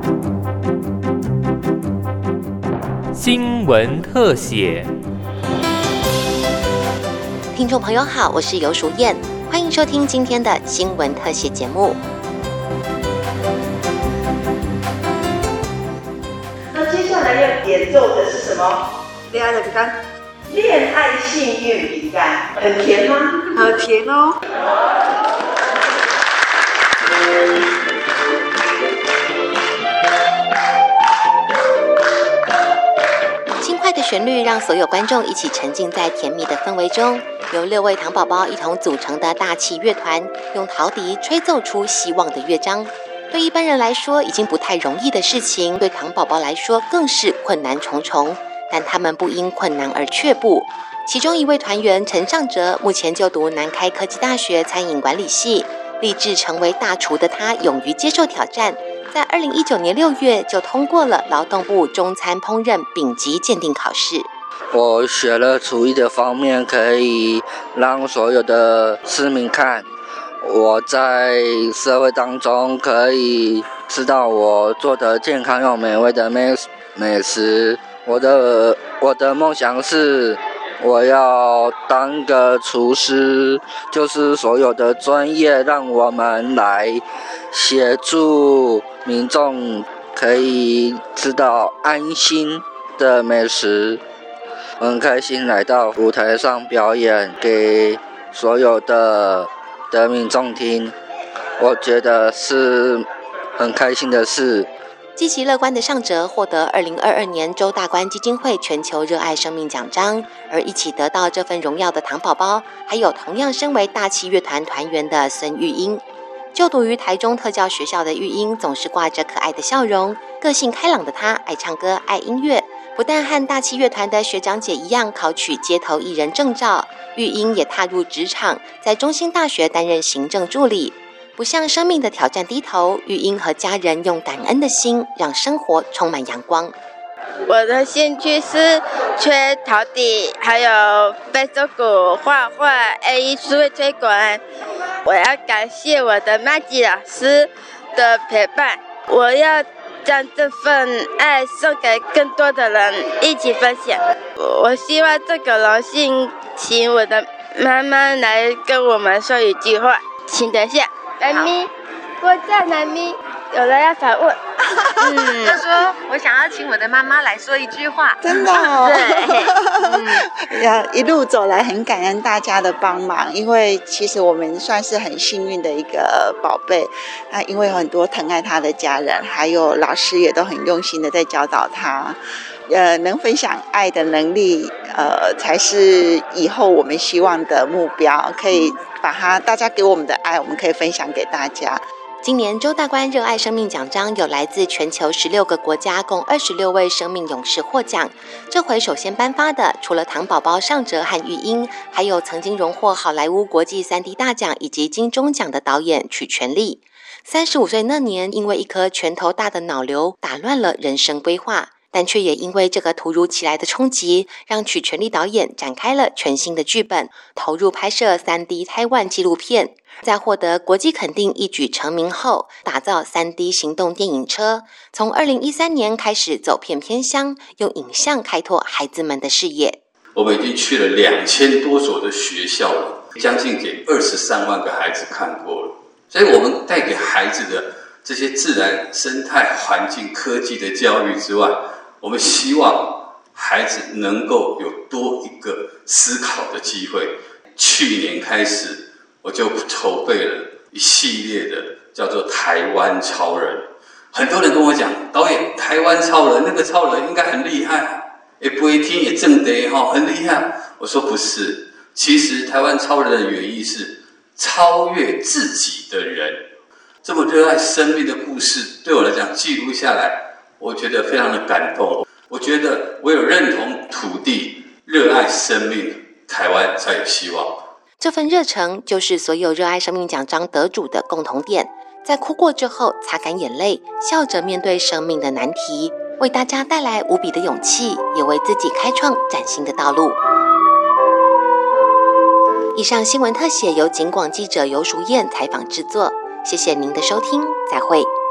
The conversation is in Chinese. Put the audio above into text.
新闻特写。 听众朋友好，我是游淑燕，欢迎收听今天的新闻特写节目。 那接下来要演奏的是什么？恋爱的饼干。恋爱幸运饼干，很甜吗？很甜哦。 轻快的旋律让所有观众一起沉浸在甜蜜的氛围中。由6位糖宝宝一同组成的大气乐团，用陶笛吹奏出希望的乐章。对一般人来说已经不太容易的事情，对糖宝宝来说更是困难重重。但他们不因困难而却步。其中一位团员陈尚哲，目前就读南开科技大学餐饮管理系，立志成为大厨的他，勇于接受挑战。在2019年6月就通过了劳动部中餐烹饪丙级鉴定考试。 我学了厨艺的方面，可以让所有的市民看我在社会当中可以知道我做的健康又美味的美食。我的梦想是我要当个厨师，就是所有的专业让我们来协助民众可以吃到安心的美食。我很开心来到舞台上表演给所有的民众听，我觉得是很开心的事。 积极乐观的尚哲获得2022年周大观基金会全球热爱生命奖章，而一起得到这份荣耀的糖宝宝，还有同样身为大气乐团团员的孙玉英。就读于台中特教学校的玉英总是挂着可爱的笑容，个性开朗的她爱唱歌爱音乐，不但和大气乐团的学长姐一样考取街头艺人证照，玉英也踏入职场，在中兴大学担任行政助理。不向生命的挑战低头，玉英和家人用感恩的心，让生活充满阳光。 我的兴趣是吹陶笛，还有贝斯鼓、画画、艺术的推广。我要感谢我的麦吉老师的陪伴，我要将这份爱送给更多的人一起分享。我希望这个荣幸请我的妈妈来跟我们说一句话，请等一下。南咪，我在南咪，有人要访问。 他说我想要请我的妈妈来说一句话。 真的哦。 对。 一路走来很感恩大家的帮忙，因为其实我们算是很幸运的一个宝贝。因为有很多疼爱他的家人，还有老师也都很用心的在教导他。能分享爱的能力，才是以后我们希望的目标。可以把大家给我们的爱，我们可以分享给大家。 今年周大观热爱生命奖章有来自全球16个国家共26位生命勇士获奖。这回首先颁发的，除了糖宝宝尚哲和玉英，还有曾经荣获好莱坞国际3D 大奖以及金钟奖的导演曲全力。35岁那年，因为一颗拳头大的脑瘤打乱了人生规划，但却也因为这个突如其来的冲击，让曲全力导演展开了全新的剧本，投入拍摄3D 台湾纪录片。在获得国际肯定一举成名后，打造3D 行动电影车，从2013年开始走遍偏乡，用影像开拓孩子们的视野。 我们已经去了2000多所的学校了，将近给23万个孩子看过了。所以我们带给孩子的这些自然生态环境科技的教育之外，我们希望孩子能够有多一个思考的机会。去年开始我就筹备了一系列的叫做台湾超人。很多人跟我讲，导演，台湾超人那个超人应该很厉害，也不会听也正得很厉害。我说不是，其实台湾超人的原意是超越自己的人。这么热爱生命的故事，对我来讲记录下来，我觉得非常的感动。我觉得我有认同土地，热爱生命，台湾才有希望。 这份热忱就是所有热爱生命奖章得主的共同点，在哭过之后擦干眼泪，笑着面对生命的难题，为大家带来无比的勇气，也为自己开创崭新的道路。以上新闻特写由警广记者游淑燕采访制作，谢谢您的收听，再会。